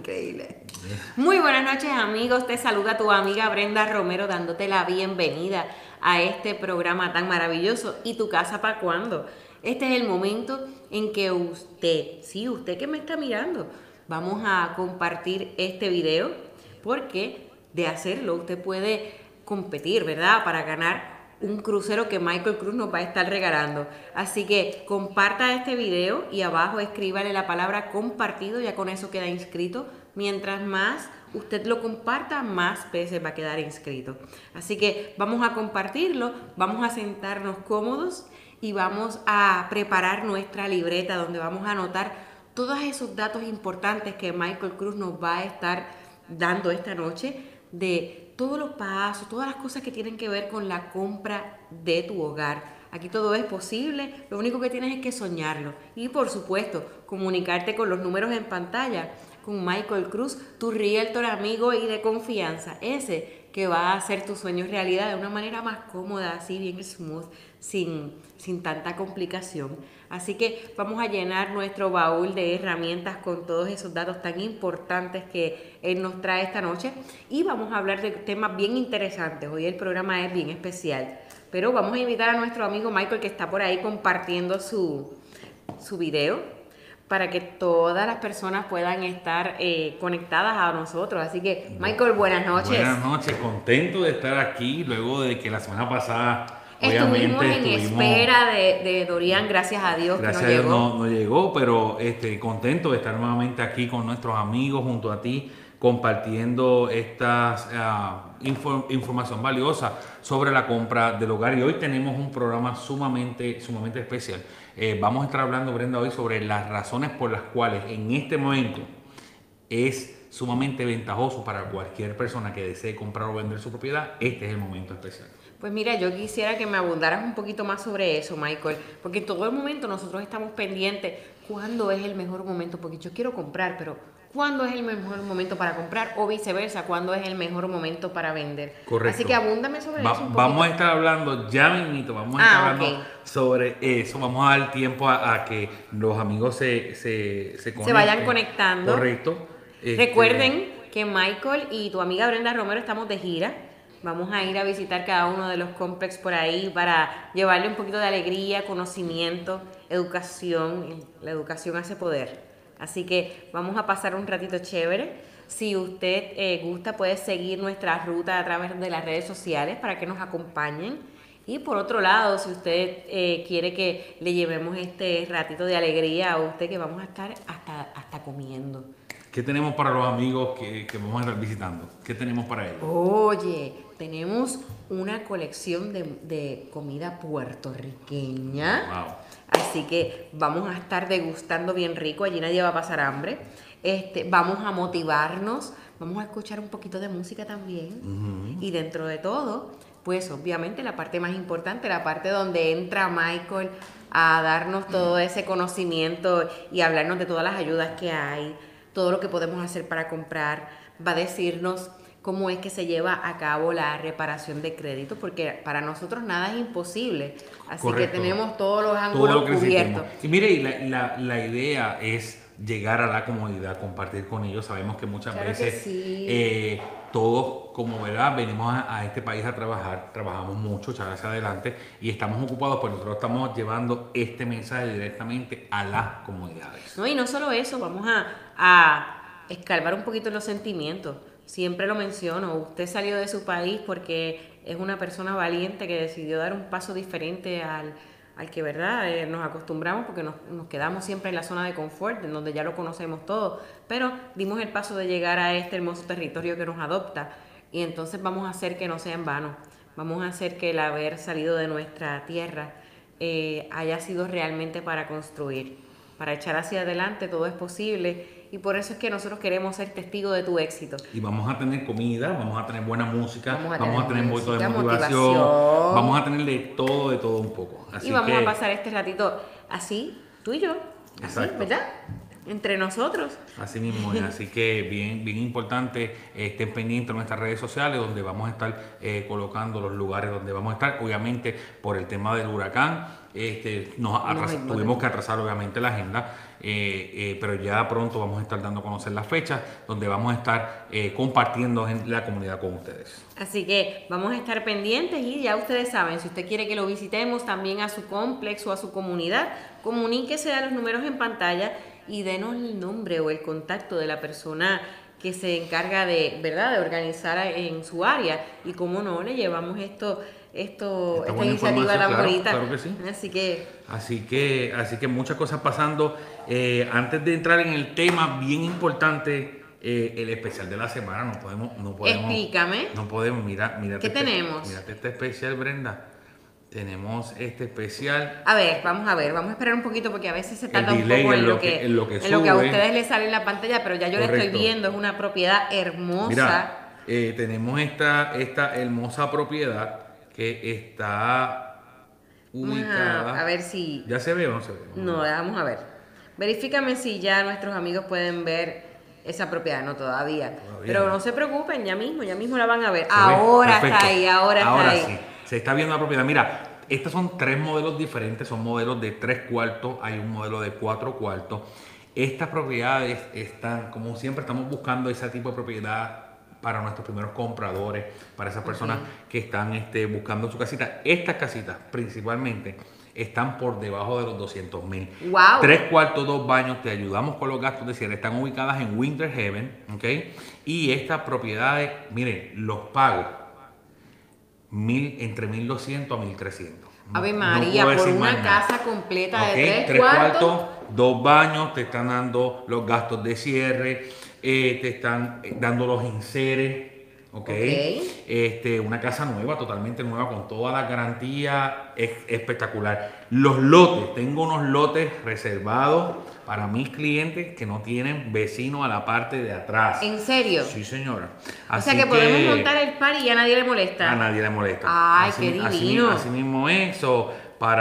increíble. Muy buenas noches, amigos. Te saluda tu amiga Brenda Romero dándote la bienvenida a este programa tan maravilloso. ¿Y tu casa para cuándo? Este es el momento en que usted, sí, usted que me está mirando, vamos a compartir este video porque de hacerlo usted puede competir, ¿verdad? Para ganar un crucero que Michael Cruz nos va a estar regalando. Así que comparta este video y abajo escríbale la palabra compartido, ya con eso queda inscrito. Mientras más usted lo comparta, más veces va a quedar inscrito. Así que vamos a compartirlo, vamos a sentarnos cómodos y vamos a preparar nuestra libreta donde vamos a anotar todos esos datos importantes que Michael Cruz nos va a estar dando esta noche de todos los pasos, todas las cosas que tienen que ver con la compra de tu hogar. Aquí todo es posible, lo único que tienes es que soñarlo. Y por supuesto, comunicarte con los números en pantalla, con Michael Cruz, tu realtor amigo y de confianza. Ese que va a hacer tus sueños realidad de una manera más cómoda, así bien smooth, sin tanta complicación. Así que vamos a llenar nuestro baúl de herramientas con todos esos datos tan importantes que él nos trae esta noche y vamos a hablar de temas bien interesantes. Hoy el programa es bien especial, pero vamos a invitar a nuestro amigo Michael que está por ahí compartiendo su video para que todas las personas puedan estar conectadas a nosotros. Así que, Michael, buenas noches. Buenas noches, contento de estar aquí luego de que la semana pasada estuvimos en espera de Dorian, gracias a Dios gracias que no llegó. No llegó, pero contento de estar nuevamente aquí con nuestros amigos junto a ti, compartiendo estas información valiosa sobre la compra del hogar. Y hoy tenemos un programa sumamente especial. Vamos a estar hablando, Brenda, hoy sobre las razones por las cuales en este momento es sumamente ventajoso para cualquier persona que desee comprar o vender su propiedad. Este es el momento especial. Pues mira, yo quisiera que me abundaras un poquito más sobre eso, Michael, porque en todo el momento nosotros estamos pendientes cuándo es el mejor momento, porque yo quiero comprar, pero ¿cuándo es el mejor momento para comprar? O viceversa, ¿cuándo es el mejor momento para vender? Correcto. Así que abúndame sobre eso un poquito. Vamos a estar hablando, ya mismito, vamos a estar hablando sobre eso. Vamos a dar tiempo a que los amigos se vayan conectando. Correcto. Recuerden que Michael y tu amiga Brenda Romero estamos de gira. Vamos a ir a visitar cada uno de los complex por ahí para llevarle un poquito de alegría, conocimiento, educación. La educación hace poder. Así que vamos a pasar un ratito chévere. Si usted gusta, puede seguir nuestra ruta a través de las redes sociales para que nos acompañen. Y por otro lado, si usted quiere que le llevemos este ratito de alegría a usted, que vamos a estar hasta comiendo. ¿Qué tenemos para los amigos que vamos a estar visitando? ¿Qué tenemos para ellos? Oye, tenemos una colección de comida puertorriqueña. Wow. Así que vamos a estar degustando bien rico. Allí nadie va a pasar hambre. Vamos a motivarnos. Vamos a escuchar un poquito de música también. Uh-huh. Y dentro de todo, pues obviamente la parte más importante, la parte donde entra Michael a darnos todo ese conocimiento y hablarnos de todas las ayudas que hay, todo lo que podemos hacer para comprar, va a decirnos cómo es que se lleva a cabo la reparación de crédito, porque para nosotros nada es imposible, así Correcto. Que tenemos todos los ángulos cubiertos. Y mire, la idea es llegar a la comodidad, compartir con ellos. Sabemos que muchas veces sí. Todos, como verdad, venimos a este país a trabajar, trabajamos mucho, echar hacia adelante y estamos ocupados, pues nosotros estamos llevando este mensaje directamente a las comunidades. No, y no solo eso, vamos a escarbar un poquito los sentimientos. Siempre lo menciono, usted salió de su país porque es una persona valiente que decidió dar un paso diferente al que, ¿verdad? Nos acostumbramos porque nos quedamos siempre en la zona de confort, en donde ya lo conocemos todo, pero dimos el paso de llegar a este hermoso territorio que nos adopta y entonces vamos a hacer que no sea en vano, vamos a hacer que el haber salido de nuestra tierra haya sido realmente para construir, para echar hacia adelante. Todo es posible. Y por eso es que nosotros queremos ser testigos de tu éxito. Y vamos a tener comida, vamos a tener buena música, vamos a tener un poquito de motivación, vamos a tener de todo un poco. Así y vamos a pasar este ratito así, tú y yo, así, ¿verdad? Entre nosotros. Así mismo es, así que bien importante, estén pendientes de nuestras redes sociales donde vamos a estar colocando los lugares donde vamos a estar. Obviamente por el tema del huracán tuvimos que atrasar obviamente la agenda, pero ya pronto vamos a estar dando a conocer las fechas donde vamos a estar compartiendo en la comunidad con ustedes. Así que vamos a estar pendientes y ya ustedes saben, si usted quiere que lo visitemos también a su complex o a su comunidad, comuníquese a los números en pantalla y denos el nombre o el contacto de la persona que se encarga de, ¿verdad?, de organizar en su área, y cómo no, le llevamos esta iniciativa tan bonita. Claro que sí. Así que muchas cosas pasando. Antes de entrar en el tema bien importante, el especial de la semana, no podemos. Explícame. No podemos, mira. ¿Qué tenemos? Mírate este especial, Brenda. Tenemos este especial. A ver, vamos a esperar un poquito porque a veces se tarda un poco en lo que a ustedes les sale en la pantalla, pero ya yo Correcto. la estoy viendo, es una propiedad hermosa. Mira, tenemos esta hermosa propiedad que está ubicada. A ver si... ¿Ya se ve o no se ve? No, vamos a ver. Verifícame si ya nuestros amigos pueden ver esa propiedad. No, todavía. Pero no se preocupen, ya mismo la van a ver. Ahora está ahí, ahora está sí. ahí. Se está viendo la propiedad. Mira, estos son 3 modelos diferentes, son modelos de 3 cuartos, hay un modelo de 4 cuartos. Estas propiedades están, como siempre, estamos buscando ese tipo de propiedad para nuestros primeros compradores, para esas personas que están buscando su casita. Estas casitas principalmente están por debajo de los 200,000. Wow. 3 cuartos, 2 baños, te ayudamos con los gastos de cierre. Están ubicadas en Winter Haven, ¿ok? Y estas propiedades, miren, los pagos entre 1,200 a 1,300. Ave María, por una casa completa de 3 cuartos, 2 baños, te están dando los gastos de cierre, te están dando los enseres, una casa nueva, totalmente nueva, con toda la garantía, es espectacular. Los lotes, tengo unos lotes reservados para mis clientes que no tienen vecinos a la parte de atrás. ¿En serio? Sí, señora. O sea que podemos montar el par y a nadie le molesta. A nadie le molesta. Ay, qué divino. Así mismo eso.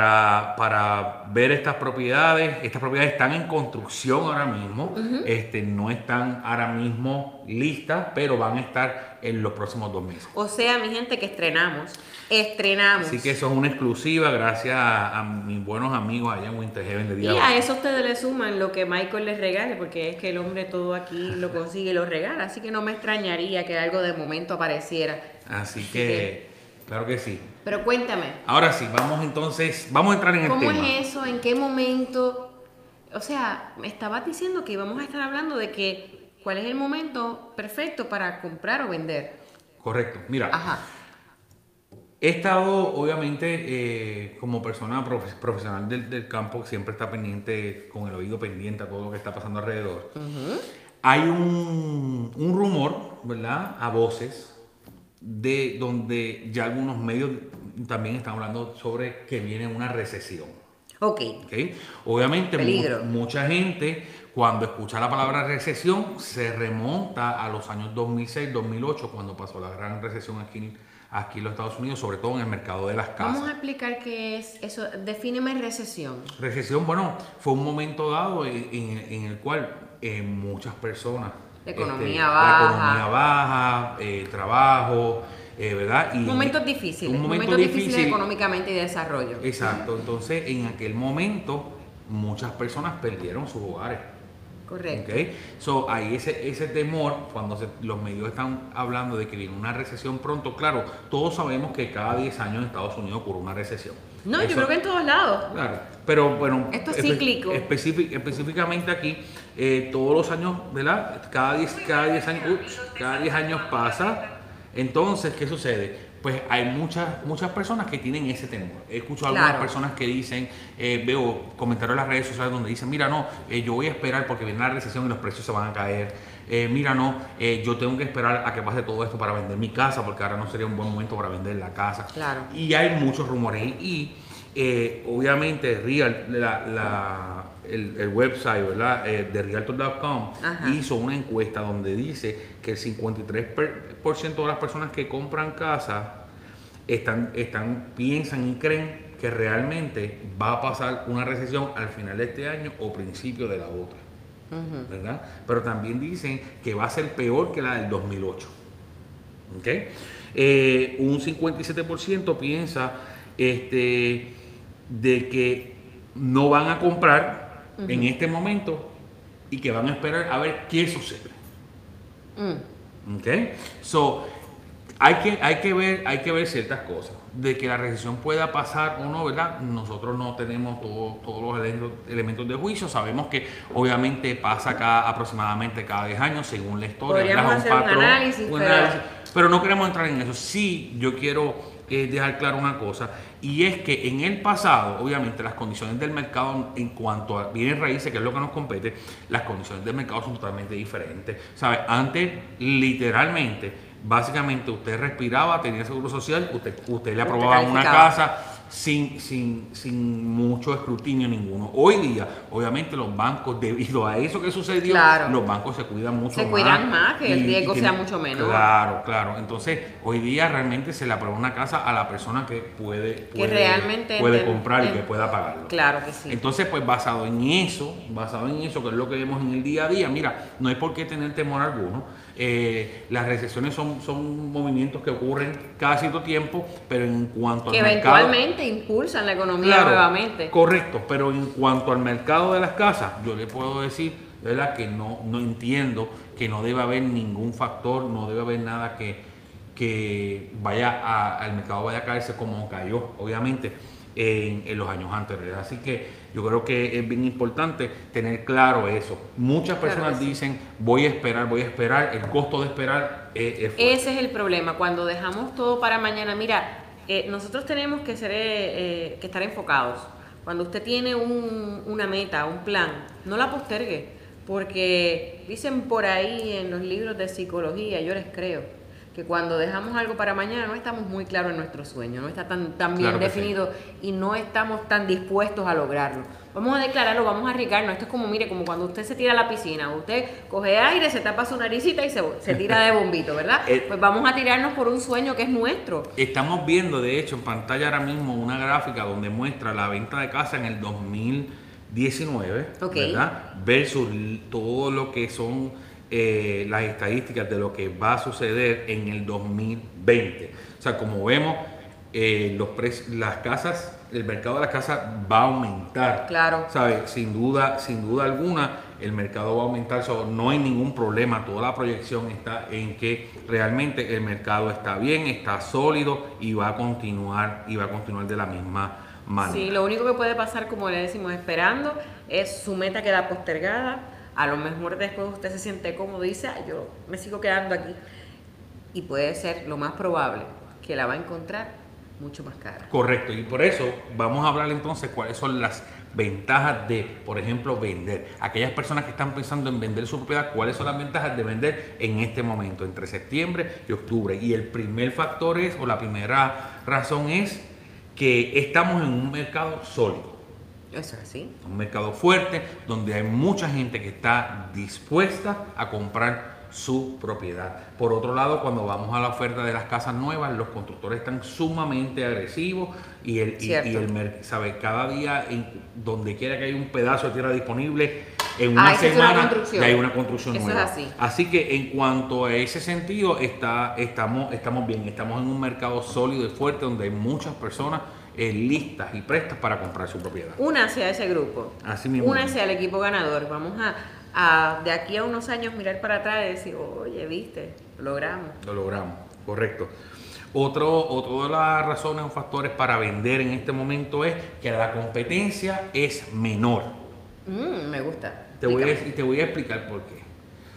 Para ver estas propiedades están en construcción ahora mismo, no están ahora mismo listas, pero van a estar en los próximos 2 meses. O sea, mi gente, que estrenamos. Así que eso es una exclusiva gracias a mis buenos amigos allá en Winter Haven de día. Y a eso ustedes le suman lo que Michael les regale, porque es que el hombre todo aquí lo consigue y lo regala, así que no me extrañaría que algo de momento apareciera. Así que claro que sí. Pero cuéntame. Ahora sí, vamos a entrar en el tema. ¿Cómo es eso? ¿En qué momento? O sea, me estabas diciendo que íbamos a estar hablando de que cuál es el momento perfecto para comprar o vender. Correcto. Mira, Ajá. He estado, obviamente, como persona profesional del campo, siempre está pendiente, con el oído pendiente a todo lo que está pasando alrededor. Hay un rumor, ¿verdad? A voces, de donde ya algunos medios también están hablando sobre que viene una recesión. Ok. Obviamente, Peligro. mucha gente, cuando escucha la palabra recesión, se remonta a los años 2006, 2008, cuando pasó la gran recesión aquí en los Estados Unidos, sobre todo en el mercado de las casas. Vamos a explicar qué es eso. Defíneme recesión. Recesión, bueno, fue un momento dado en el cual muchas personas... La economía baja, trabajo, ¿verdad? Y momentos difíciles. Momentos difíciles económicamente y de desarrollo. Exacto. Entonces, en aquel momento, muchas personas perdieron sus hogares. Correcto. Hay ese temor cuando los medios están hablando de que viene una recesión pronto. Claro, todos sabemos que cada 10 años en Estados Unidos ocurre una recesión. No, yo creo que en todos lados. Claro, pero bueno, esto es cíclico. Específicamente aquí, todos los años, ¿verdad? Cada 10 años pasa. Entonces, ¿qué sucede? Pues hay muchas personas que tienen ese temor. He escuchado a algunas personas que dicen, veo comentarios en las redes sociales donde dicen, mira, no, yo voy a esperar porque viene la recesión y los precios se van a caer. Mira, no, yo tengo que esperar a que pase todo esto para vender mi casa, porque ahora no sería un buen momento para vender la casa. Claro. Y hay muchos rumores. Y obviamente el website, ¿verdad? De Realtor.com hizo una encuesta donde dice que el 53% de las personas que compran casa piensan y creen que realmente va a pasar una recesión al final de este año o principio de la otra. ¿Verdad? Pero también dicen que va a ser peor que la del 2008. Un 57% piensa de que no van a comprar en este momento y que van a esperar a ver qué sucede. ¿Ok? So, hay que ver ciertas cosas. De que la recesión pueda pasar o no, ¿verdad? Nosotros no tenemos todos los elementos de juicio. Sabemos que obviamente pasa aproximadamente cada 10 años, según la historia. Podríamos hacer un análisis, pero no queremos entrar en eso. Sí, yo quiero dejar claro una cosa, y es que en el pasado, obviamente, las condiciones del mercado en cuanto a bienes raíces, que es lo que nos compete, las condiciones del mercado son totalmente diferentes. ¿Sabe? Antes, literalmente, básicamente usted respiraba, tenía seguro social, usted le aprobaba una casa sin mucho escrutinio ninguno. Hoy día, obviamente, los bancos, debido a eso que sucedió, los bancos se cuidan mucho más. Se cuidan más, que el riesgo sea mucho menor. Claro. Entonces, hoy día realmente se le aprueba una casa a la persona que puede comprar y que pueda pagarlo. Claro que sí. Entonces, pues basado en eso, que es lo que vemos en el día a día, mira, no hay por qué tener temor alguno. Las recesiones son movimientos que ocurren cada cierto tiempo, pero en cuanto al mercado, eventualmente impulsan la economía nuevamente. Correcto, pero en cuanto al mercado de las casas, yo le puedo decir, ¿verdad?, que no entiendo que no debe haber ningún factor, no debe haber nada que al mercado vaya a caerse como cayó, obviamente, en los años anteriores. Así que yo creo que es bien importante tener claro eso. Muchas personas dicen, voy a esperar, el costo de esperar es fuerte. Ese es el problema, cuando dejamos todo para mañana. Mira, nosotros tenemos que estar enfocados. Cuando usted tiene una meta, un plan, no la postergue, porque dicen por ahí en los libros de psicología, yo les creo, que cuando dejamos algo para mañana no estamos muy claros en nuestro sueño, no está tan bien definido y no estamos tan dispuestos a lograrlo. Vamos a declararlo, vamos a arriesgarnos. Esto es como, mire, como cuando usted se tira a la piscina, usted coge aire, se tapa su naricita y se tira de bombito, ¿verdad? Pues vamos a tirarnos por un sueño que es nuestro. Estamos viendo, de hecho, en pantalla ahora mismo una gráfica donde muestra la venta de casa en el 2019, ¿verdad? Versus todo lo que son las estadísticas de lo que va a suceder en el 2020. O sea, como vemos, las casas, el mercado de las casas va a aumentar. Claro. ¿Sabes? Sin duda alguna, el mercado va a aumentar. No hay ningún problema. Toda la proyección está en que realmente el mercado está bien, está sólido y va a continuar de la misma manera. Sí, lo único que puede pasar, como le decimos, esperando, es su meta queda postergada. A lo mejor después usted se siente cómodo y dice, yo me sigo quedando aquí. Y puede ser lo más probable que la va a encontrar mucho más cara. Correcto, y por eso vamos a hablar entonces cuáles son las ventajas de, por ejemplo, vender. Aquellas personas que están pensando en vender su propiedad, ¿cuáles son las ventajas de vender en este momento, entre septiembre y octubre? Y el primer factor o la primera razón es que estamos en un mercado sólido. Eso es así. Un mercado fuerte donde hay mucha gente que está dispuesta a comprar su propiedad. Por otro lado, cuando vamos a la oferta de las casas nuevas, los constructores están sumamente agresivos y sabe, cada día, donde quiera que haya un pedazo de tierra disponible, en una semana ya hay una construcción nueva. Es así. Así que en cuanto a ese sentido, estamos bien, estamos en un mercado sólido y fuerte donde hay muchas personas listas y prestas para comprar su propiedad. Únase a ese grupo. Así mismo. Únase al equipo ganador. Vamos a de aquí a unos años mirar para atrás y decir, oye, viste, lo logramos, correcto. Otro de las razones o factores para vender en este momento es que la competencia es menor. Me gusta. Te voy a explicar por qué.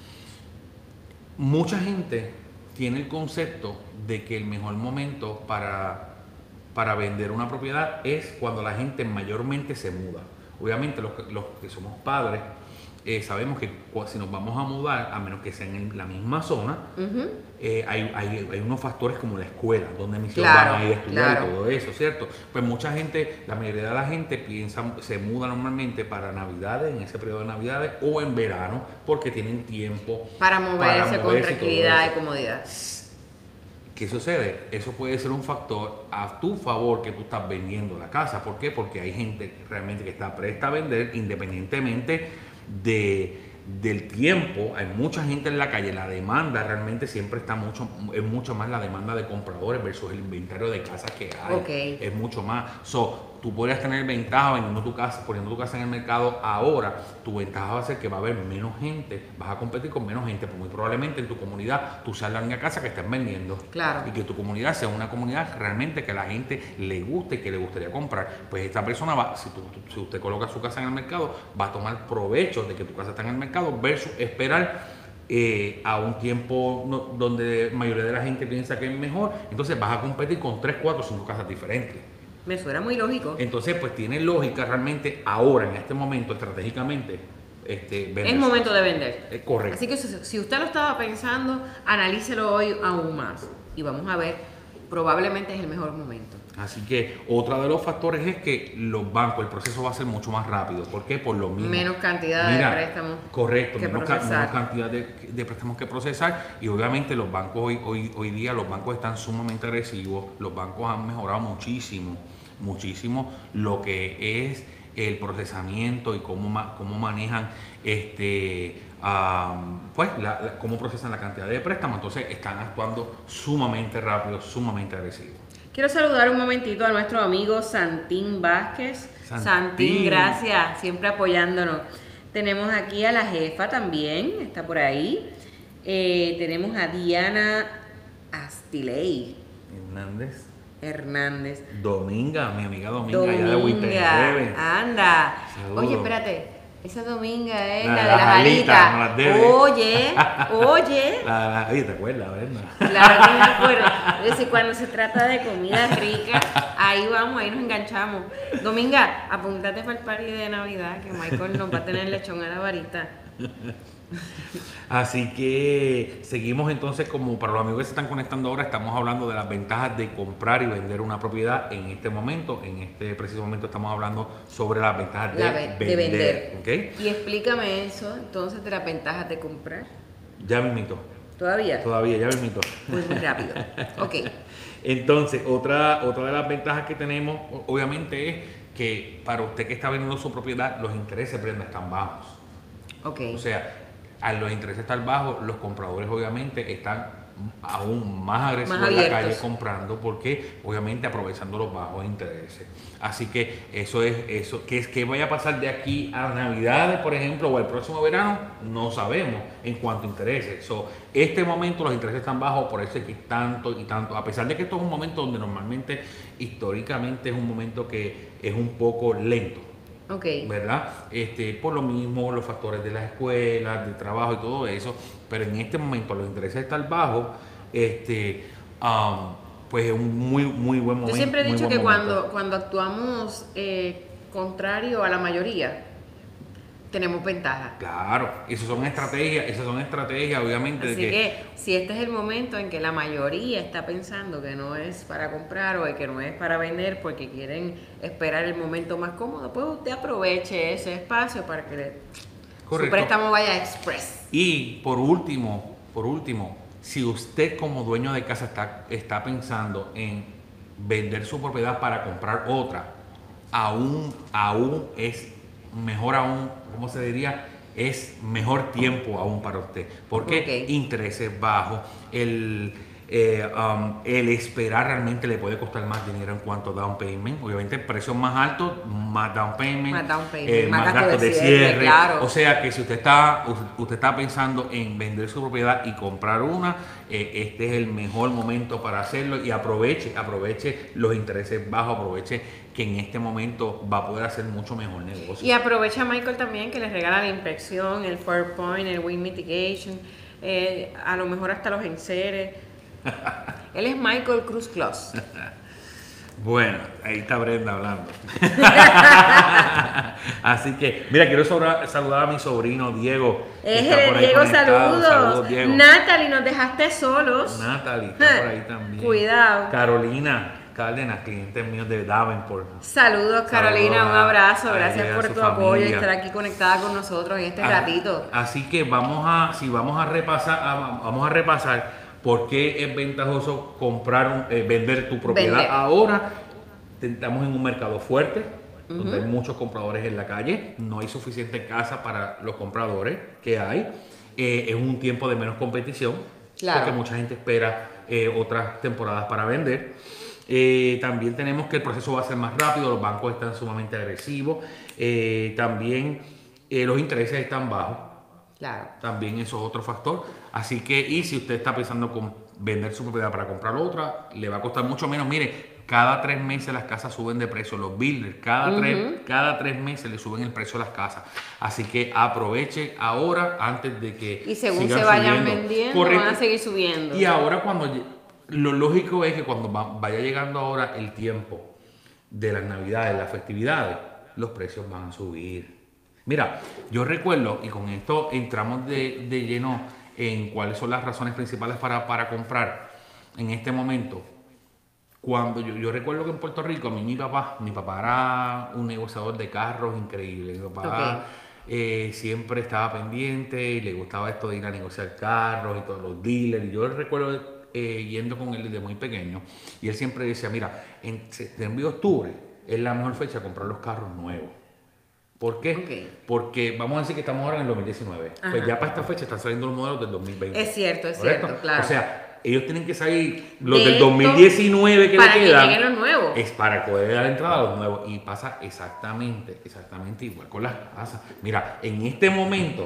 Mucha gente tiene el concepto de que el mejor momento para vender una propiedad es cuando la gente mayormente se muda. Obviamente los que somos padres sabemos que si nos vamos a mudar, a menos que sean en la misma zona, hay unos factores como la escuela, donde mis hijos van a ir a estudiar y todo eso, ¿cierto? Pues mucha gente, la mayoría de la gente se muda normalmente para Navidades, en ese periodo de Navidades, o en verano, porque tienen tiempo para moverse con tranquilidad y comodidad. ¿Qué sucede? Eso puede ser un factor a tu favor que tú estás vendiendo la casa. ¿Por qué? Porque hay gente realmente que está presta a vender independientemente de del tiempo, hay mucha gente en la calle, la demanda realmente siempre está es mucho más la demanda de compradores versus el inventario de casas que hay. Es mucho más. Tú podrías tener ventaja vendiendo tu casa, poniendo tu casa en el mercado ahora. Tu ventaja va a ser que va a haber menos gente, vas a competir con menos gente, pues muy probablemente en tu comunidad tú seas la única casa que estén vendiendo. Claro. Y que tu comunidad sea una comunidad realmente que a la gente le guste y que le gustaría comprar. Pues esta persona va, si usted coloca su casa en el mercado, va a tomar provecho de que tu casa está en el mercado versus esperar a un tiempo donde la mayoría de la gente piensa que es mejor. Entonces vas a competir con 3, 4, 5 casas diferentes. Me suena muy lógico. Entonces, pues tiene lógica realmente ahora, en este momento, estratégicamente, vender. Es momento de vender. Es correcto. Así que si usted lo estaba pensando, analícelo hoy aún más. Y vamos a ver, probablemente es el mejor momento. Así que otro de los factores es que los bancos, el proceso va a ser mucho más rápido. ¿Por qué? Por lo mismo. Menos cantidad de préstamos. Correcto, menos cantidad de préstamos que procesar. Y obviamente los bancos hoy día, los bancos están sumamente agresivos. Los bancos han mejorado muchísimo lo que es el procesamiento y cómo manejan cómo procesan la cantidad de préstamos. Entonces están actuando sumamente rápido, sumamente agresivos. Quiero saludar un momentito a nuestro amigo Santín Vázquez. Santín, gracias, siempre apoyándonos. Tenemos aquí a la jefa también, está por ahí. Tenemos a Diana Astiley Hernández. Dominga, mi amiga Dominga, allá de Winter. Anda. Saludos. Oye, espérate. Esa Dominga es la de de las alitas. No las debe. Oye. Oye, ¿te acuerdas, verdad? Claro que me acuerdo. Es decir, cuando se trata de comida rica, ahí vamos, ahí nos enganchamos. Dominga, apúntate para el party de Navidad, que Michael nos va a tener lechón a la varita. Así que seguimos entonces, como para los amigos que se están conectando ahora, estamos hablando de las ventajas de comprar y vender una propiedad en este momento. En este preciso momento estamos hablando sobre las ventajas de vender. ¿Okay? Y explícame eso entonces de las ventajas de comprar. Ya mismito. ¿Todavía? Todavía, ya mismito. Muy rápido. Ok. Entonces, otra de las ventajas que tenemos, obviamente, es que para usted que está vendiendo su propiedad, los intereses, Brenda, están bajos. Okay. O sea, al los intereses estar bajos, los compradores obviamente están aún más agresivos en la calle comprando, porque obviamente aprovechando los bajos intereses. Así que eso, que vaya a pasar de aquí a Navidades, por ejemplo, o el próximo verano, no sabemos en cuanto a intereses. Este momento los intereses están bajos, por eso es que tanto y tanto, a pesar de que esto es un momento donde normalmente, históricamente, es un momento que es un poco lento. Okay. ¿Verdad? Por lo mismo, los factores de las escuelas, del trabajo y todo eso, pero en este momento los intereses están bajos, pues es un muy buen momento. Yo siempre he dicho que cuando actuamos contrario a la mayoría, tenemos ventaja. Claro, esas son estrategias, obviamente. Así que si este es el momento en que la mayoría está pensando que no es para comprar o que no es para vender porque quieren esperar el momento más cómodo, pues usted aproveche ese espacio para que su préstamo vaya express. Y por último, si usted como dueño de casa está pensando en vender su propiedad para comprar otra, aún es mejor aún, ¿cómo se diría? Es mejor tiempo aún para usted, porque intereses bajos, el esperar realmente le puede costar más dinero en cuanto a down payment, obviamente precios más altos, más down payment, más gastos de cierre, claro. O sea que si usted está pensando en vender su propiedad y comprar una, este es el mejor momento para hacerlo, y aproveche los intereses bajos, aproveche que en este momento va a poder hacer mucho mejor negocio. Y aprovecha Michael también, que les regala la inspección, el 4-point, el wind mitigation, a lo mejor hasta los enseres. Él es Michael Cruz Close. Bueno, ahí está Brenda hablando. Así que, mira, quiero saludar a mi sobrino Diego. Diego, saludos. Diego. Natalie, nos dejaste solos. Natalie, está por ahí también. Cuidado. Carolina Cárdenas, clientes míos de Davenport. Saludos, Carolina, un abrazo. Gracias por tu apoyo y estar aquí conectada con nosotros en este ratito. Así que vamos a repasar por qué es ventajoso vender tu propiedad ahora. Estamos en un mercado fuerte, donde hay muchos compradores en la calle, no hay suficiente casa para los compradores que hay. Es un tiempo de menos competición, Claro. porque mucha gente espera otras temporadas para vender. También tenemos que el proceso va a ser más rápido, los bancos están sumamente agresivos, también los intereses están bajos. Claro. También eso es otro factor. Así que, y si usted está pensando con vender su propiedad para comprar otra, le va a costar mucho menos. Mire, cada 3 meses las casas suben de precio. Los builders, cada 3 meses le suben el precio a las casas. Así que aproveche ahora antes de que Y según sigan se vayan subiendo. vendiendo, Correcto. van a seguir subiendo. Y ahora lo lógico es que cuando vaya llegando ahora el tiempo de las navidades, las festividades, los precios van a subir. Mira, yo recuerdo, y con esto entramos de lleno en cuáles son las razones principales para comprar en este momento. Cuando yo recuerdo que en Puerto Rico, a mí mi papá era un negociador de carros increíble. Mi papá siempre estaba pendiente y le gustaba esto de ir a negociar carros y todos los dealers. Y yo recuerdo yendo con él desde muy pequeño. Y él siempre decía, mira, en septiembre y octubre es la mejor fecha de comprar los carros nuevos. ¿Por qué? Porque vamos a decir que estamos ahora en el 2019. Ajá. Pues ya para esta fecha están saliendo los modelos del 2020. Es cierto, ¿correcto? claro. O sea, ellos tienen que salir los De del esto, 2019 que para le que quedan. lleguen los nuevos. Es para poder dar entrada a los nuevos. Y pasa exactamente igual con las casas. Mira, en este momento,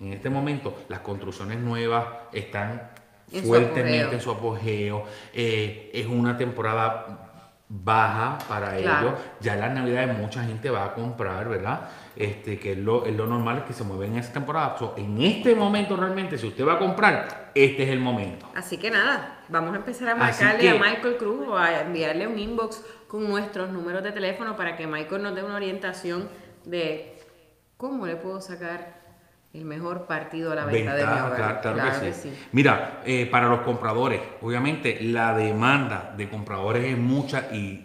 las construcciones nuevas están En su fuertemente apogeo. en su apogeo. Es una temporada baja para Claro. ellos. Ya en las navidades mucha gente va a comprar, ¿verdad? Que es lo normal que se mueve en esa temporada. So, en este momento realmente, si usted va a comprar, este es el momento. Así que nada, vamos a empezar a Así marcarle que- a Michael Cruz o a enviarle un inbox con nuestros números de teléfono para que Michael nos dé una orientación de cómo le puedo sacar el mejor partido a la venta de mi Ventaja, hogar. claro que sí. Mira, para los compradores, obviamente la demanda de compradores es mucha y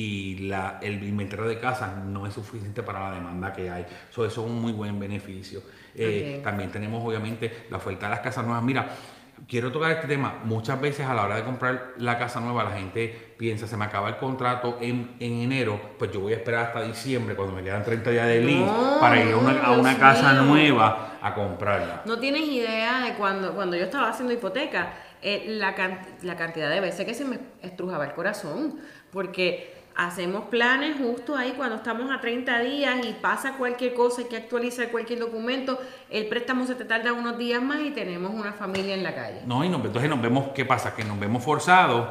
el inventario de casas no es suficiente para la demanda que hay. Eso es un muy buen beneficio. Ok. También tenemos obviamente la oferta de las casas nuevas. Mira, quiero tocar este tema. Muchas veces a la hora de comprar la casa nueva, la gente piensa, se me acaba el contrato en enero, pues yo voy a esperar hasta diciembre, cuando me quedan 30 días de lease, No, para ir a una Dios casa mío. nueva a comprarla. No tienes idea de cuando yo estaba haciendo hipoteca, la cantidad de veces que se me estrujaba el corazón, porque hacemos planes justo ahí cuando estamos a 30 días y pasa cualquier cosa, hay que actualizar cualquier documento, el préstamo se te tarda unos días más y tenemos una familia en la calle. No, entonces nos vemos, ¿qué pasa? Que nos vemos forzados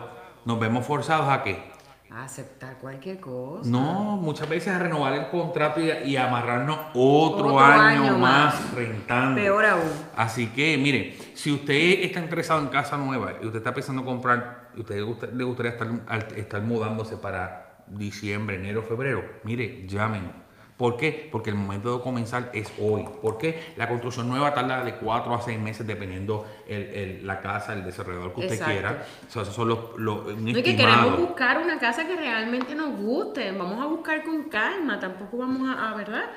¿a qué? A aceptar cualquier cosa. No, muchas veces a renovar el contrato y amarrarnos otro Otro año año más más. rentando. Peor aún. Así que, mire, si usted está interesado en casa nueva y usted está pensando comprar, y usted le gustaría estar mudándose para diciembre, enero, febrero, mire, llámenos. ¿Por qué? Porque el momento de comenzar es hoy. ¿Por qué? La construcción nueva tarda de 4 a 6 meses dependiendo la casa, el desarrollador que usted Exacto. quiera. O sea, esos son un No, y que estimado. queremos buscar una casa que realmente nos guste. Vamos a buscar con calma. Tampoco vamos a ¿verdad?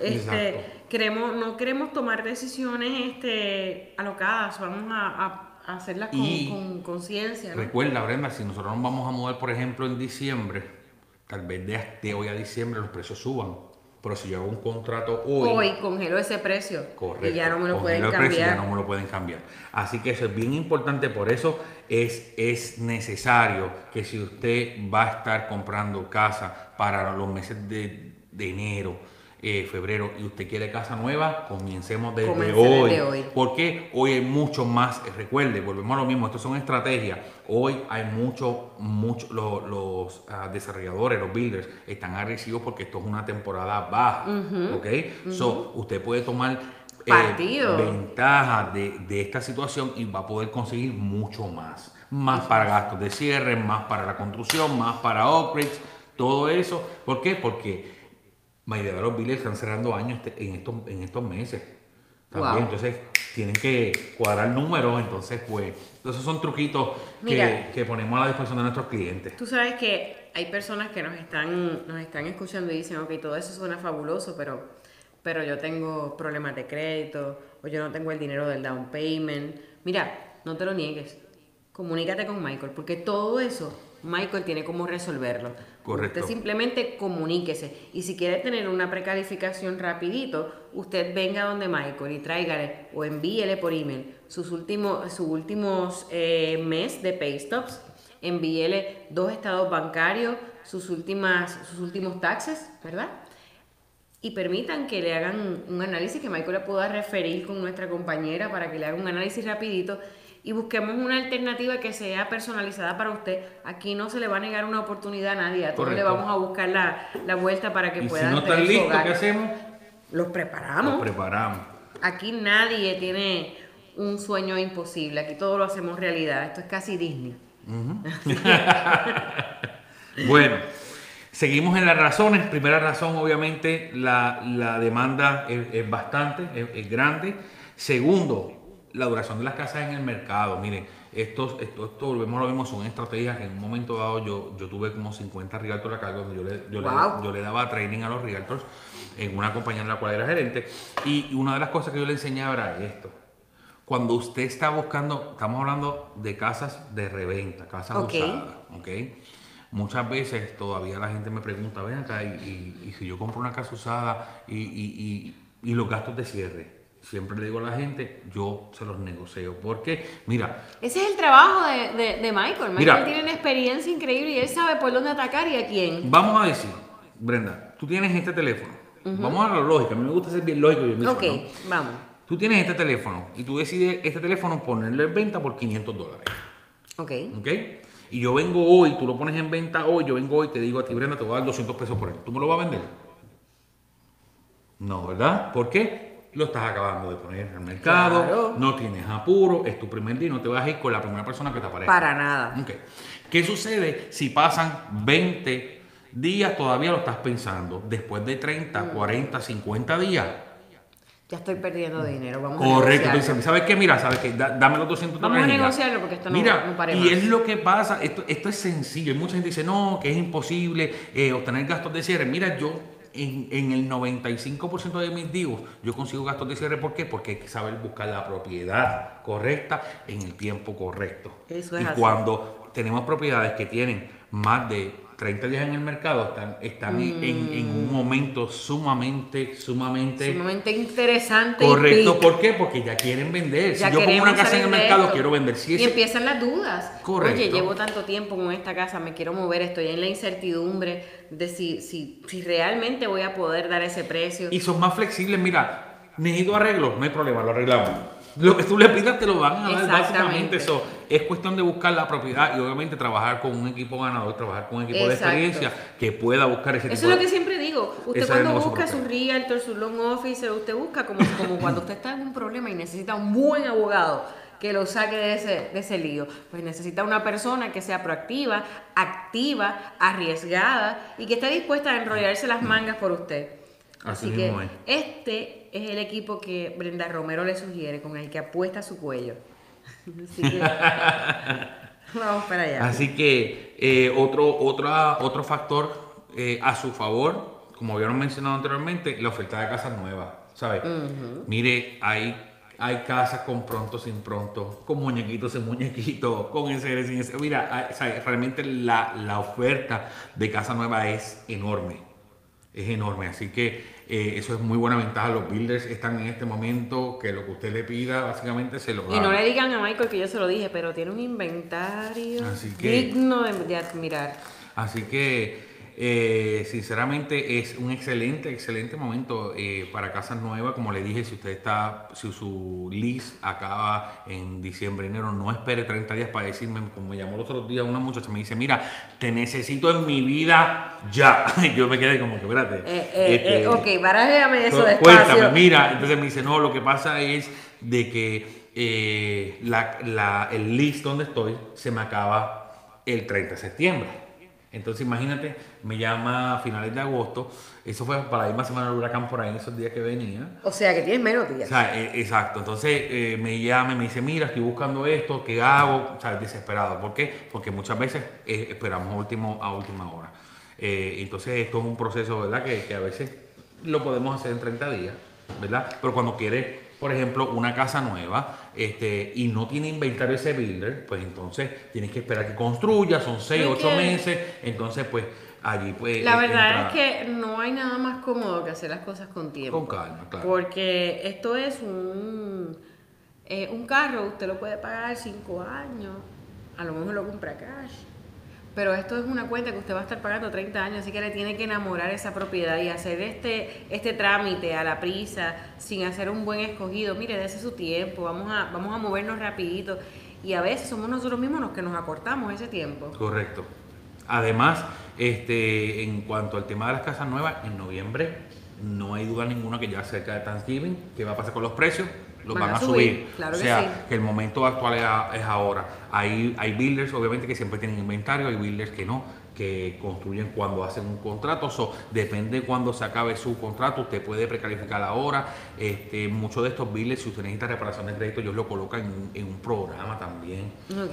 Exacto. No queremos tomar decisiones alocadas. Vamos a hacerlas con conciencia, ¿no? Recuerda, Brenda, si nosotros nos vamos a mudar, por ejemplo, en diciembre, tal vez de hoy a diciembre los precios suban. Pero si yo hago un contrato Hoy congelo ese precio. correcto, Y ya no me lo pueden congelo el precio y cambiar. ya no me lo pueden cambiar. Así que eso es bien importante, por eso es necesario que si usted va a estar comprando casa para los meses de enero, febrero, y usted quiere casa nueva, comencemos desde hoy. Porque hoy hay mucho más, recuerde, volvemos a lo mismo, esto son estrategias. Hoy hay los desarrolladores, los builders, están agresivos porque esto es una temporada baja, ¿ok? So, usted puede tomar Partido. ventaja de esta situación y va a poder conseguir mucho más. Más para gastos de cierre, más para la construcción, más para upgrades, todo eso. ¿Por qué? Porque mayoría de los builders están cerrando años en estos meses. También, Wow. entonces tienen que cuadrar números, entonces pues, esos son truquitos que ponemos a la disposición de nuestros clientes. Tú sabes que hay personas que nos están escuchando y dicen, ok, todo eso suena fabuloso, pero yo tengo problemas de crédito o yo no tengo el dinero del down payment. Mira, no te lo niegues. Comunícate con Michael, porque todo eso Michael tiene cómo resolverlo. Correcto. Usted simplemente comuníquese. Y si quiere tener una precalificación rapidito, usted venga donde Michael y tráigale o envíele por email sus últimos mes de pay stubs, envíele 2 estados bancarios, sus últimos taxes, ¿verdad? Y permitan que le hagan un análisis, que Michael le pueda referir con nuestra compañera para que le haga un análisis rapidito y busquemos una alternativa que sea personalizada para usted. Aquí no se le va a negar una oportunidad a nadie, a todos le vamos a buscar la vuelta para que puedan tener. Si no están listos, ¿qué hacemos? Los preparamos. Los preparamos. Aquí nadie tiene un sueño imposible, aquí todo lo hacemos realidad. Esto es casi Disney. Bueno, seguimos en las razones. Primera razón, obviamente, la demanda es bastante, es grande. Segundo, la duración de las casas en el mercado. Miren, esto volvemos a lo mismo, son estrategias que en un momento dado yo tuve como 50 realtors acá, donde yo le daba training a los realtors en una compañía en la cual era gerente. Y una de las cosas que yo le enseñaba era esto. Cuando usted está buscando, estamos hablando de casas de reventa, casas usadas, ¿ok? Muchas veces todavía la gente me pregunta, ven acá, y si yo compro una casa usada y los gastos de cierre. Siempre le digo a la gente, yo se los negocio. Porque, mira... Ese es el trabajo de Michael. Michael tiene una experiencia increíble y él sabe por dónde atacar y a quién. Vamos a decir, Brenda, tú tienes este teléfono. Vamos a la lógica. A mí me gusta ser bien lógico. Ok, vamos. Tú tienes este teléfono y tú decides este teléfono ponerlo en venta por $500. Ok. Y yo vengo hoy, tú lo pones en venta hoy, yo vengo hoy y te digo a ti, Brenda, te voy a dar $200 por él. ¿Tú me lo vas a vender? No, ¿verdad? ¿Por qué? Lo estás acabando de poner en el mercado, claro. No tienes apuro, es tu primer día y no te vas a ir con la primera persona que te aparezca. Para nada. Okay. ¿Qué sucede si pasan 20 días, todavía lo estás pensando? Después de 30, 40, 50 días. Ya estoy perdiendo dinero, vamos a negociarlo. Correcto, ¿sabes qué? Mira, ¿sabes qué? Dame los 200 dólares. Vamos a negociarlo porque esto no pare más. Y es lo que pasa, esto es sencillo. Y mucha gente dice, no, que es imposible obtener gastos de cierre. Mira, yo en el 95% de mis deals, yo consigo gastos de cierre. ¿Por qué? Porque hay que saber buscar la propiedad correcta en el tiempo correcto. Eso es así. Cuando tenemos propiedades que tienen más de 30 días en el mercado, están en un momento sumamente interesante. Correcto, ¿por qué? Porque ya quieren vender. Ya si yo pongo una casa en el mercado, esto. Quiero vender. Y empiezan las dudas. Correcto. Oye, llevo tanto tiempo con esta casa, me quiero mover, estoy en la incertidumbre de si realmente voy a poder dar ese precio. Y son más flexibles. Mira, necesito arreglo, no hay problema, lo arreglamos. Lo que tú le pidas te lo van a dar, básicamente. Eso es cuestión de buscar la propiedad y obviamente trabajar con un equipo ganador, trabajar con un equipo de experiencia que pueda buscar ese tipo de... Eso es lo que siempre digo. Usted cuando busca su realtor, su loan officer, usted busca como cuando usted está en un problema y necesita un buen abogado que lo saque de ese lío. Pues necesita una persona que sea proactiva, activa, arriesgada y que esté dispuesta a enrollarse las mangas por usted. Así que este es el equipo que Brenda Romero le sugiere, con el que apuesta su cuello. Así que vamos para allá. Así que otro factor a su favor, como habíamos mencionado anteriormente, la oferta de casas nuevas, ¿sabes? Mire, hay casas con pronto sin pronto, con muñequitos sin muñequitos, con SR sin SR. Mira, realmente la oferta de casa nueva es enorme. Es enorme, así que eso es muy buena ventaja. Los builders están en este momento que lo que usted le pida básicamente se lo da. Y no le digan a Michael que yo se lo dije, pero tiene un inventario digno de admirar. Así que sinceramente es un excelente momento para casas nuevas. Como le dije, si su lease acaba en diciembre, enero, no espere 30 días para decirme, como me llamó los otros días una muchacha, me dice, mira, te necesito en mi vida ya. Yo me quedé como que, espérate. Ok, barájame eso despacio. Cuéntame, mira. Entonces me dice, no, lo que pasa es de que el lease donde estoy se me acaba el 30 de septiembre. Entonces imagínate, me llama a finales de agosto, eso fue para la misma semana del huracán por ahí en esos días que venía. O sea que tienes menos días. O sea, exacto, entonces me llama y me dice, mira, estoy buscando esto, ¿qué hago? O sea, desesperado. ¿Por qué? Porque muchas veces esperamos a última hora. Entonces esto es un proceso, ¿verdad? Que a veces lo podemos hacer en 30 días, ¿verdad? Pero cuando quiere por ejemplo, una casa nueva y no tiene inventario ese builder, pues entonces tienes que esperar que construya, son 6, 8 meses, entonces pues allí pues... La verdad es que no hay nada más cómodo que hacer las cosas con tiempo. Con calma, claro. Porque esto es un carro, usted lo puede pagar 5 años, a lo mejor lo compra cash. Pero esto es una cuenta que usted va a estar pagando 30 años, así que le tiene que enamorar esa propiedad y hacer este trámite a la prisa, sin hacer un buen escogido. Mire, dése su tiempo, vamos a movernos rapidito. Y a veces somos nosotros mismos los que nos acortamos ese tiempo. Correcto. Además, en cuanto al tema de las casas nuevas, en noviembre no hay duda ninguna que ya cerca de Thanksgiving, ¿qué va a pasar con los precios? Los van a subir. Claro, o sea, que sí. Que el momento actual es ahora. Hay builders, obviamente, que siempre tienen inventario, hay builders que no, que construyen cuando hacen un contrato. Depende de cuando se acabe su contrato, usted puede precalificar ahora. Muchos de estos builders, si usted necesita reparación de crédito, ellos lo colocan en un programa también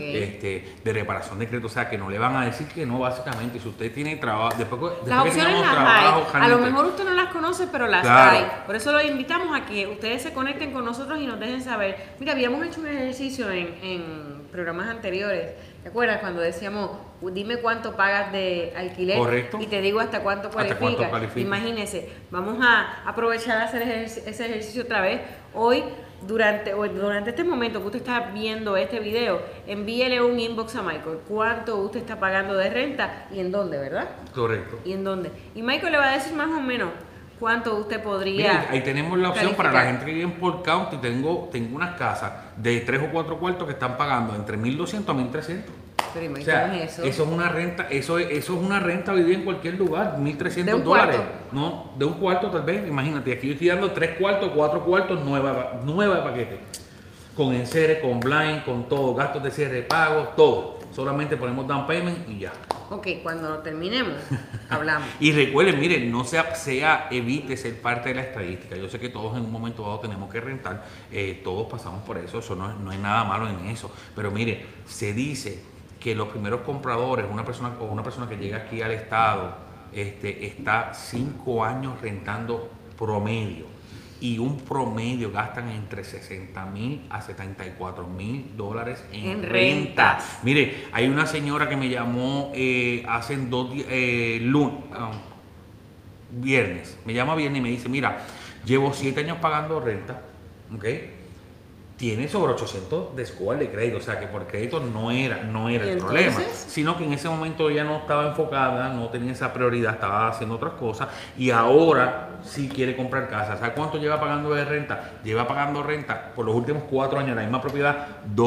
de reparación de crédito. O sea, que no le van a decir que no, básicamente. Si usted tiene trabajo, después las que opciones tengamos las trabajo, hay. A lo mejor usted no las conoce, pero las claro. hay. Por eso los invitamos a que ustedes se conecten con nosotros y nos dejen saber. Mira, habíamos hecho un ejercicio en programas anteriores. ¿Te acuerdas cuando decíamos, dime cuánto pagas de alquiler? Correcto. Y te digo hasta cuánto cualifica? Imagínese, vamos a aprovechar a hacer ese ejercicio otra vez. Hoy, durante este momento que usted está viendo este video, envíele un inbox a Michael. ¿Cuánto usted está pagando de renta y en dónde, verdad? Correcto. ¿Y en dónde? Y Michael le va a decir más o menos cuánto usted podría. Mira, ahí tenemos la opción calificar. para la gente que vive en Port County. Tengo unas casas de 3 o 4 cuartos que están pagando entre 1.200 a 1.300. Pero O sea, eso es una renta, eso es una renta vivir en cualquier lugar, $1.300. ¿De un cuarto? No, de un cuarto tal vez, imagínate, aquí yo estoy dando 3 cuartos, 4 cuartos, nueva de paquete. Con enseres, con blind, con todo, gastos de cierre de pago, todo. Solamente ponemos down payment y ya. Ok, cuando terminemos, hablamos. Y recuerden, miren, no evite ser parte de la estadística. Yo sé que todos en un momento dado tenemos que rentar, todos pasamos por eso no hay nada malo en eso. Pero mire, se dice que los primeros compradores, una persona que llega aquí al estado, está 5 años rentando promedio. Y un promedio gastan entre $60,000 a $74,000 en renta. Mire, hay una señora que me llamó hace 2 días, viernes. Me llama viernes y me dice, mira, llevo 7 años pagando renta, ¿ok? Tiene sobre 800 de score de crédito, o sea que por crédito no era el problema, sino que en ese momento ella no estaba enfocada, no tenía esa prioridad, estaba haciendo otras cosas y ahora sí quiere comprar casa. ¿Sabe cuánto lleva pagando de renta? Lleva pagando renta por los últimos 4 años, la misma propiedad,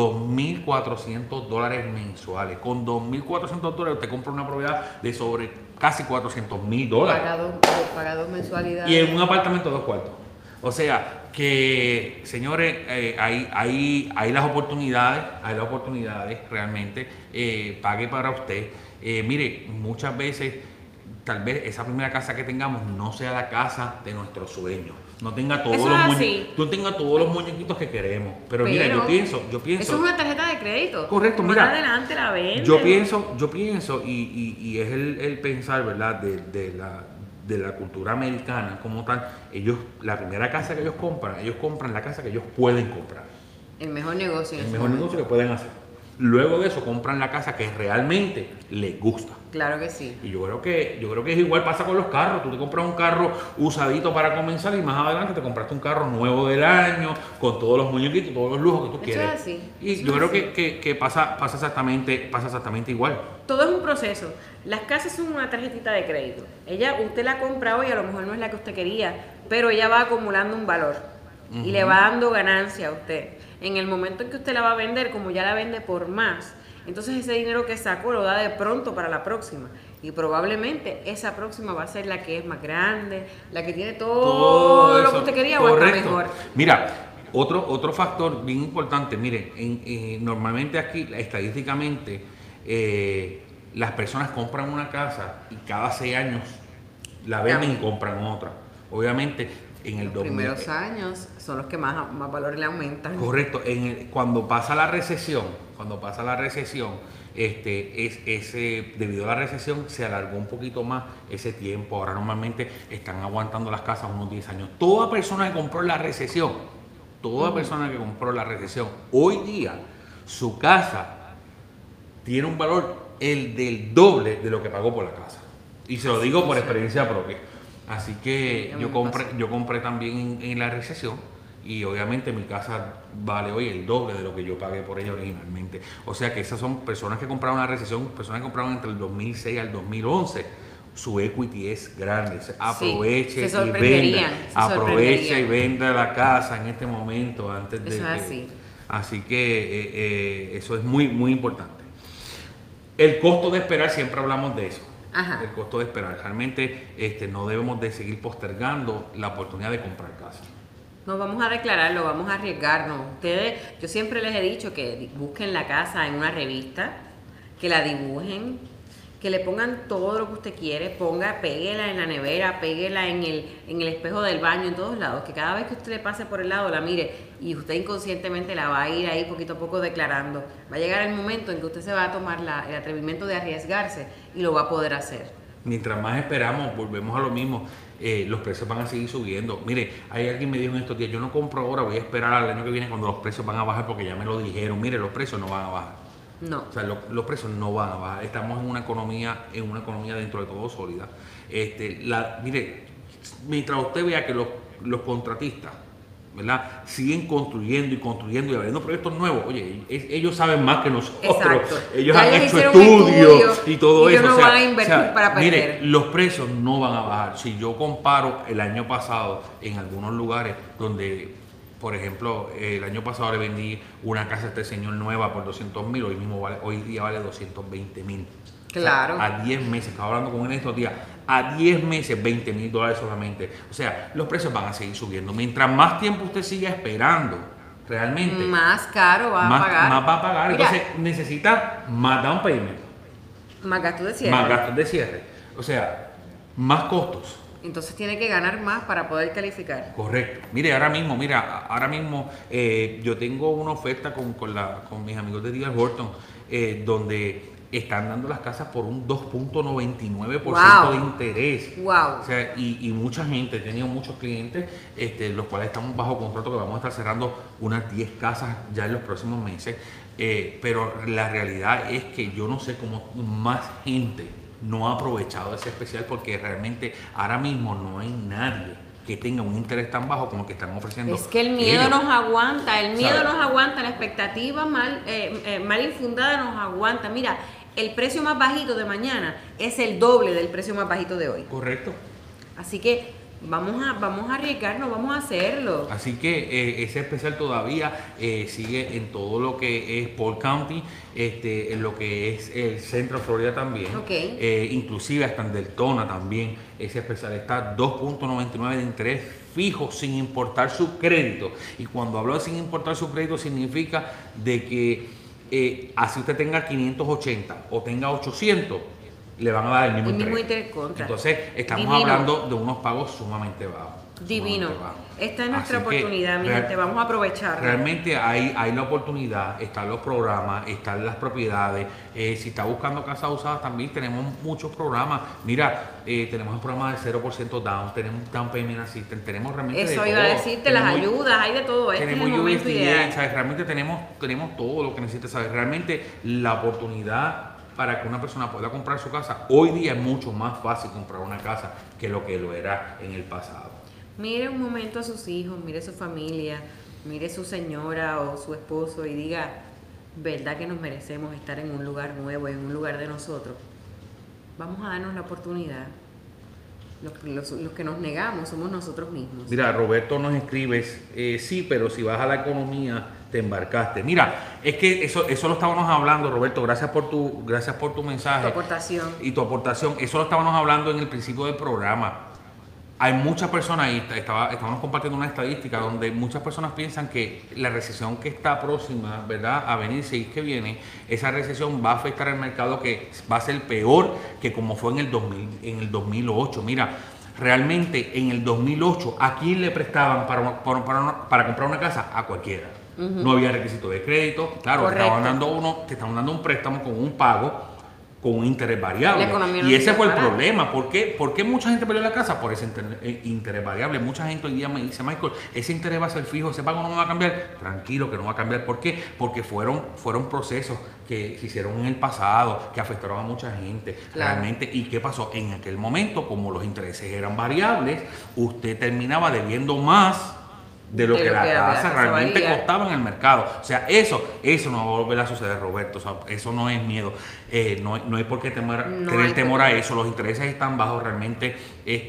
$2,400 mensuales. Con $2,400 usted compra una propiedad de sobre casi $400,000. Pagado mensualidad. Y en un apartamento de 2 cuartos. O sea, que señores, hay las oportunidades realmente, pague para usted. Mire, muchas veces tal vez esa primera casa que tengamos no sea la casa de nuestros sueños, no tenga todos los muñequitos que queremos, pero mira, yo pienso eso es una tarjeta de crédito. Correcto, más mira, adelante la venden. yo pienso y es el pensar, ¿verdad? De la cultura americana como tal. La primera casa que ellos compran la casa que ellos pueden comprar. El mejor negocio. El mejor negocio que pueden hacer. Luego de eso compran la casa que realmente les gusta. Claro que sí. Y yo creo que es igual, pasa con los carros. Tú te compras un carro usadito para comenzar y más adelante te compraste un carro nuevo del año, con todos los muñequitos, todos los lujos que tú quieres. Eso es así. Y yo creo que pasa exactamente igual. Todo es un proceso. Las casas son una tarjetita de crédito. Usted la compra hoy, a lo mejor no es la que usted quería, pero ella va acumulando un valor y le va dando ganancia a usted. En el momento en que usted la va a vender, como ya la vende por más, entonces ese dinero que sacó lo da de pronto para la próxima. Y probablemente esa próxima va a ser la que es más grande, la que tiene todo lo que usted quería o hasta mejor. Mira, otro factor bien importante, mire, normalmente aquí, estadísticamente, las personas compran una casa y cada 6 años la venden y compran otra. Obviamente, los primeros años son los que más valor le aumentan. Correcto. Cuando pasa la recesión, debido a la recesión se alargó un poquito más ese tiempo. Ahora normalmente están aguantando las casas unos 10 años. Toda persona que compró en la recesión toda persona que compró la recesión, hoy día su casa tiene un valor del doble de lo que pagó por la casa. Y se lo digo por experiencia propia. Así que yo compré también en la recesión y obviamente mi casa vale hoy el doble de lo que yo pagué por ella originalmente. O sea que esas son personas que compraron la recesión, personas que compraron entre el 2006 al 2011. Su equity es grande. Aproveche y venda. Aproveche y venda la casa en este momento antes de eso que... es así. Así que eso es muy, muy importante. El costo de esperar, siempre hablamos de eso. Ajá. El costo de esperar. Realmente no debemos de seguir postergando la oportunidad de comprar casa. Nos vamos a declararlo, vamos a arriesgarnos. Ustedes, yo siempre les he dicho que busquen la casa en una revista, que la dibujen, que le pongan todo lo que usted quiere, péguela en la nevera, péguela en el espejo del baño, en todos lados, que cada vez que usted le pase por el lado la mire y usted inconscientemente la va a ir ahí poquito a poco declarando. Va a llegar el momento en que usted se va a tomar el atrevimiento de arriesgarse y lo va a poder hacer. Mientras más esperamos, volvemos a lo mismo, los precios van a seguir subiendo. Mire, hay alguien me dijo en estos días, yo no compro ahora, voy a esperar al año que viene cuando los precios van a bajar porque ya me lo dijeron. Mire, los precios no van a bajar. No. O sea, los precios no van a bajar. Estamos en una economía dentro de todo sólida. Mire, mientras usted vea que los contratistas, ¿verdad?, siguen construyendo y abriendo proyectos nuevos, oye, ellos saben más que nosotros. Exacto. Ellos ya han hecho estudios y todo eso. Ellos no van a invertir para perder. Mire, los precios no van a bajar. Si yo comparo el año pasado en algunos lugares donde, por ejemplo, el año pasado le vendí una casa a este señor nueva por 200,000, hoy día vale 220,000. Claro. O sea, a 10 meses, estaba hablando con él en estos días, a 10 meses, $20,000 solamente. O sea, los precios van a seguir subiendo. Mientras más tiempo usted siga esperando, realmente, más caro va a pagar. Más va a pagar. Mira, entonces necesita más down payment. Más gastos de cierre. Más gastos de cierre. O sea, más costos. Entonces tiene que ganar más para poder calificar. Correcto. Mire, ahora mismo yo tengo una oferta con mis amigos de D.R. Horton, donde están dando las casas por un 2.99% Wow. de interés. Wow. O sea, y mucha gente, he tenido muchos clientes, los cuales estamos bajo contrato, que vamos a estar cerrando unas 10 casas ya en los próximos meses. Pero la realidad es que yo no sé cómo más gente no ha aprovechado ese especial, porque realmente ahora mismo no hay nadie que tenga un interés tan bajo como el que están ofreciendo. Es que el miedo ellos. nos aguanta, la expectativa mal infundada nos aguanta. Mira, el precio más bajito de mañana es el doble del precio más bajito de hoy. Correcto. Así que vamos a arriesgarnos, vamos a hacerlo. Así que ese especial todavía sigue en todo lo que es Polk County, en lo que es el Centro Florida también. Okay. Inclusive hasta en Deltona también. Ese especial está 2.99 de interés fijo sin importar su crédito. Y cuando hablo de sin importar su crédito significa de que así usted tenga 580 o tenga 800, le van a dar el mismo interés contra. Entonces, estamos hablando de unos pagos sumamente bajos. Divino. Esta es nuestra oportunidad, mi gente. Vamos a aprovecharla. Realmente hay la oportunidad, están los programas, están las propiedades. Si está buscando casas usadas, también tenemos muchos programas. Mira, tenemos el programa del 0% down, tenemos Down Payment Assistance, tenemos realmente eso de iba todo. a decirte, las ayudas, hay de todo. Tenemos es el momento ideal. ¿Sabes? Realmente tenemos todo lo que necesita saber. Realmente la oportunidad para que una persona pueda comprar su casa, hoy día es mucho más fácil comprar una casa que lo era en el pasado. Mire un momento a sus hijos, mire su familia, mire su señora o su esposo y diga, ¿verdad que nos merecemos estar en un lugar nuevo, en un lugar de nosotros? Vamos a darnos la oportunidad. Los que nos negamos somos nosotros mismos. Mira, Roberto nos escribe, sí, pero si vas a la economía, te embarcaste. Mira, es que eso lo estábamos hablando, Roberto, gracias por tu mensaje. Tu aportación. Y tu aportación, eso lo estábamos hablando en el principio del programa. Hay muchas personas, y estábamos compartiendo una estadística donde muchas personas piensan que la recesión que está próxima, ¿verdad?, a venir, si es que viene, esa recesión va a afectar al mercado, que va a ser peor que como fue en el 2008. Mira, realmente en el 2008, ¿a quién le prestaban para comprar una casa? A cualquiera. No había requisito de crédito. Claro, te estaban dando un préstamo con un pago con un interés variable. La economía no Y ese fue el para. problema. ¿Por qué mucha gente perdió la casa? Por ese interés variable. Mucha gente hoy día me dice, Michael, ese interés va a ser fijo, ese pago no va a cambiar. Tranquilo que no va a cambiar. ¿Por qué? Porque fueron procesos que se hicieron en el pasado, que afectaron a mucha gente. Claro. Realmente. ¿Y qué pasó? En aquel momento, como los intereses eran variables, usted terminaba debiendo más de lo que la casa realmente costaba en el mercado. O sea, eso no va a volver a suceder, Roberto. O sea, eso no es miedo. No hay por qué tener temor a eso. Los intereses están bajos. Realmente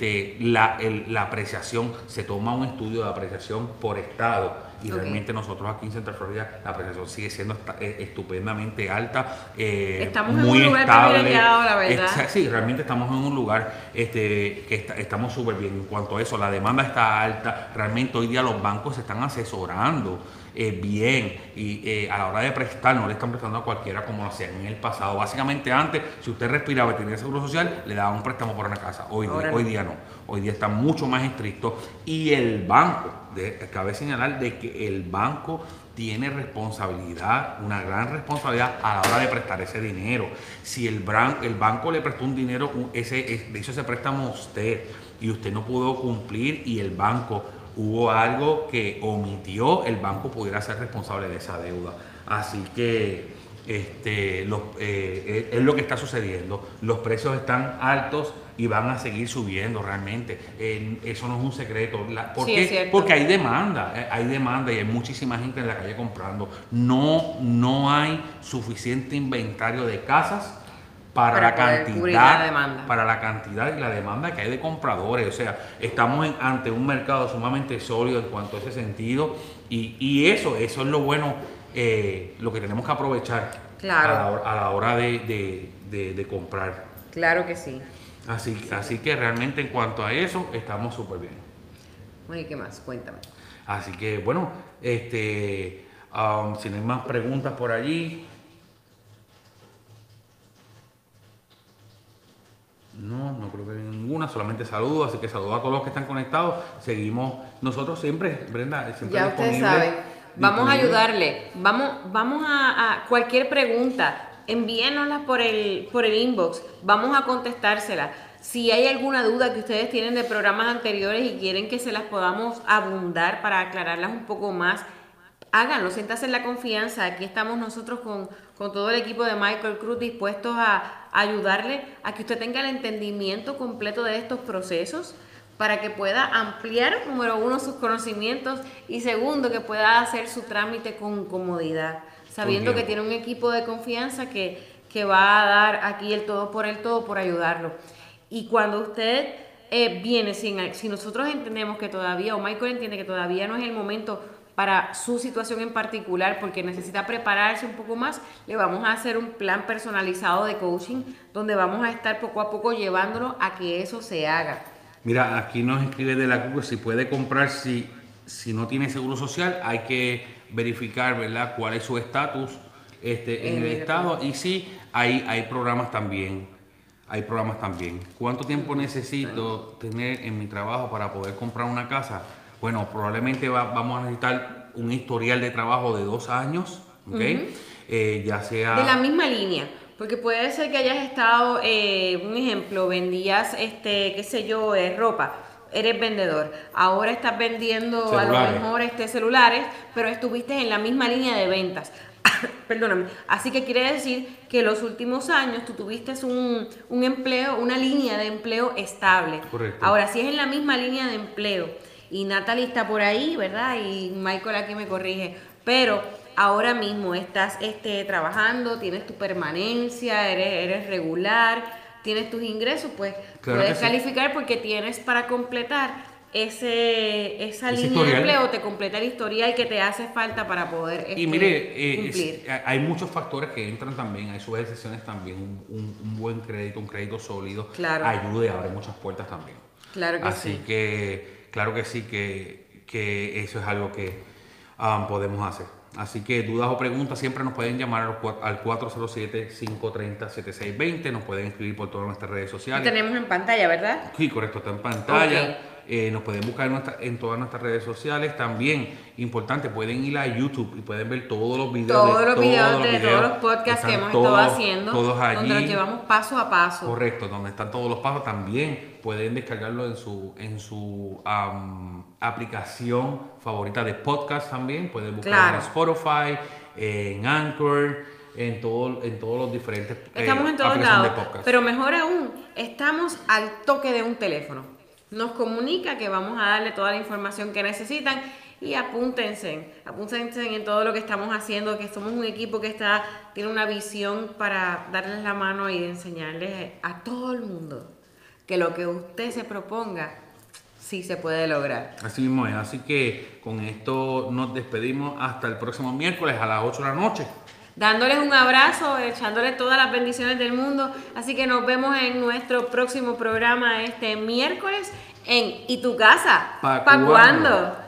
la apreciación, se toma un estudio de apreciación por estado. Y realmente nosotros aquí en Central Florida la apreciación sigue siendo estupendamente alta, estamos muy en un lugar estable. privilegiado, la verdad. Sí, realmente estamos en un lugar que estamos súper bien en cuanto a eso. La demanda está alta. Realmente hoy día los bancos se están asesorando bien y a la hora de prestar no le están prestando a cualquiera como lo hacían en el pasado. Básicamente antes, si usted respiraba y tenía seguro social, le daban un préstamo por una casa. Hoy día no. Hoy día está mucho más estricto y el banco, cabe señalar de que el banco tiene responsabilidad, una gran responsabilidad a la hora de prestar ese dinero. Si el banco le prestó un dinero, de hecho ese préstamo a usted y usted no pudo cumplir y el banco hubo algo que omitió, el banco pudiera ser responsable de esa deuda. Así que es lo que está sucediendo. Los precios están altos y van a seguir subiendo realmente. Eso no es un secreto. ¿Por qué? Porque hay demanda y hay muchísima gente en la calle comprando. No hay suficiente inventario de casas para la cantidad y la demanda que hay de compradores. O sea, estamos ante un mercado sumamente sólido en cuanto a ese sentido y eso es lo bueno, lo que tenemos que aprovechar a la hora de comprar. Claro que sí. Así que realmente en cuanto a eso estamos súper bien. Bueno, ¿y qué más? Cuéntame. Así que bueno, si no hay más preguntas por allí. No creo que haya ninguna, solamente saludos, así que saludos a todos los que están conectados. Seguimos nosotros siempre, Brenda, siempre ya ustedes saben, vamos a ayudarle, vamos a cualquier pregunta, envíenoslas por el inbox, vamos a contestársela. Si hay alguna duda que ustedes tienen de programas anteriores y quieren que se las podamos abundar para aclararlas un poco más, háganlo, siéntanse en la confianza. Aquí estamos nosotros con todo el equipo de Michael Cruz dispuestos a ayudarle a que usted tenga el entendimiento completo de estos procesos para que pueda ampliar, número uno, sus conocimientos y segundo, que pueda hacer su trámite con comodidad, sabiendo que tiene un equipo de confianza que va a dar aquí el todo por ayudarlo. Y cuando usted viene, si nosotros entendemos que todavía, o Michael entiende que todavía no es el momento para su situación en particular, porque necesita prepararse un poco más, le vamos a hacer un plan personalizado de coaching, donde vamos a estar poco a poco llevándolo a que eso se haga. Mira, aquí nos escribe de la Cruz, si puede comprar, si no tiene seguro social, hay que verificar, ¿verdad?, cuál es su estatus en el estado, y sí, hay programas también. ¿Cuánto tiempo necesito tener en mi trabajo para poder comprar una casa? Bueno, probablemente vamos a necesitar un historial de trabajo de 2 años, ¿ok? Ya sea... De la misma línea, porque puede ser que hayas estado, un ejemplo, vendías, qué sé yo, ropa, eres vendedor, ahora estás vendiendo celulares. A lo mejor celulares, pero estuviste en la misma línea de ventas. Perdóname. Así que quiere decir que los últimos años tú tuviste un empleo, una línea de empleo estable. Correcto. Ahora, si es en la misma línea de empleo y Natalie está por ahí, ¿verdad? Y Michael aquí me corrige, pero ahora mismo estás trabajando, tienes tu permanencia, eres regular, tienes tus ingresos, pues claro, puedes calificar porque tienes para completar esa línea de empleo, te completa el historial que te hace falta para poder y mire, cumplir. Hay muchos factores que entran también, hay sus excepciones también, un buen crédito, un crédito sólido, claro, ayuda y abre muchas puertas también. Claro que Así sí. que, claro que sí, que eso es algo que podemos hacer. Así que dudas o preguntas siempre nos pueden llamar al 407-530-7620, nos pueden escribir por todas nuestras redes sociales. Lo tenemos en pantalla, ¿verdad? Sí, correcto, está en pantalla. Okay. Nos pueden buscar en todas nuestras redes sociales. También, importante, pueden ir a YouTube y pueden ver todos los videos. Todos los videos de todos los podcasts que hemos estado haciendo. Todos allí. Donde los llevamos paso a paso. Correcto, donde están todos los pasos. También pueden descargarlo en su aplicación favorita de podcast también. Pueden buscar en Spotify, en Anchor, en todos los diferentes estamos en todos lados, pero mejor aún, estamos al toque de un teléfono. Nos comunica que vamos a darle toda la información que necesitan y apúntense en todo lo que estamos haciendo, que somos un equipo que tiene una visión para darles la mano y enseñarles a todo el mundo que lo que usted se proponga sí se puede lograr. Así mismo es, así que con esto nos despedimos hasta el próximo miércoles a las 8 de la noche. Dándoles un abrazo, echándoles todas las bendiciones del mundo. Así que nos vemos en nuestro próximo programa este miércoles en ¿Y tu casa? ¿Pa' cuándo?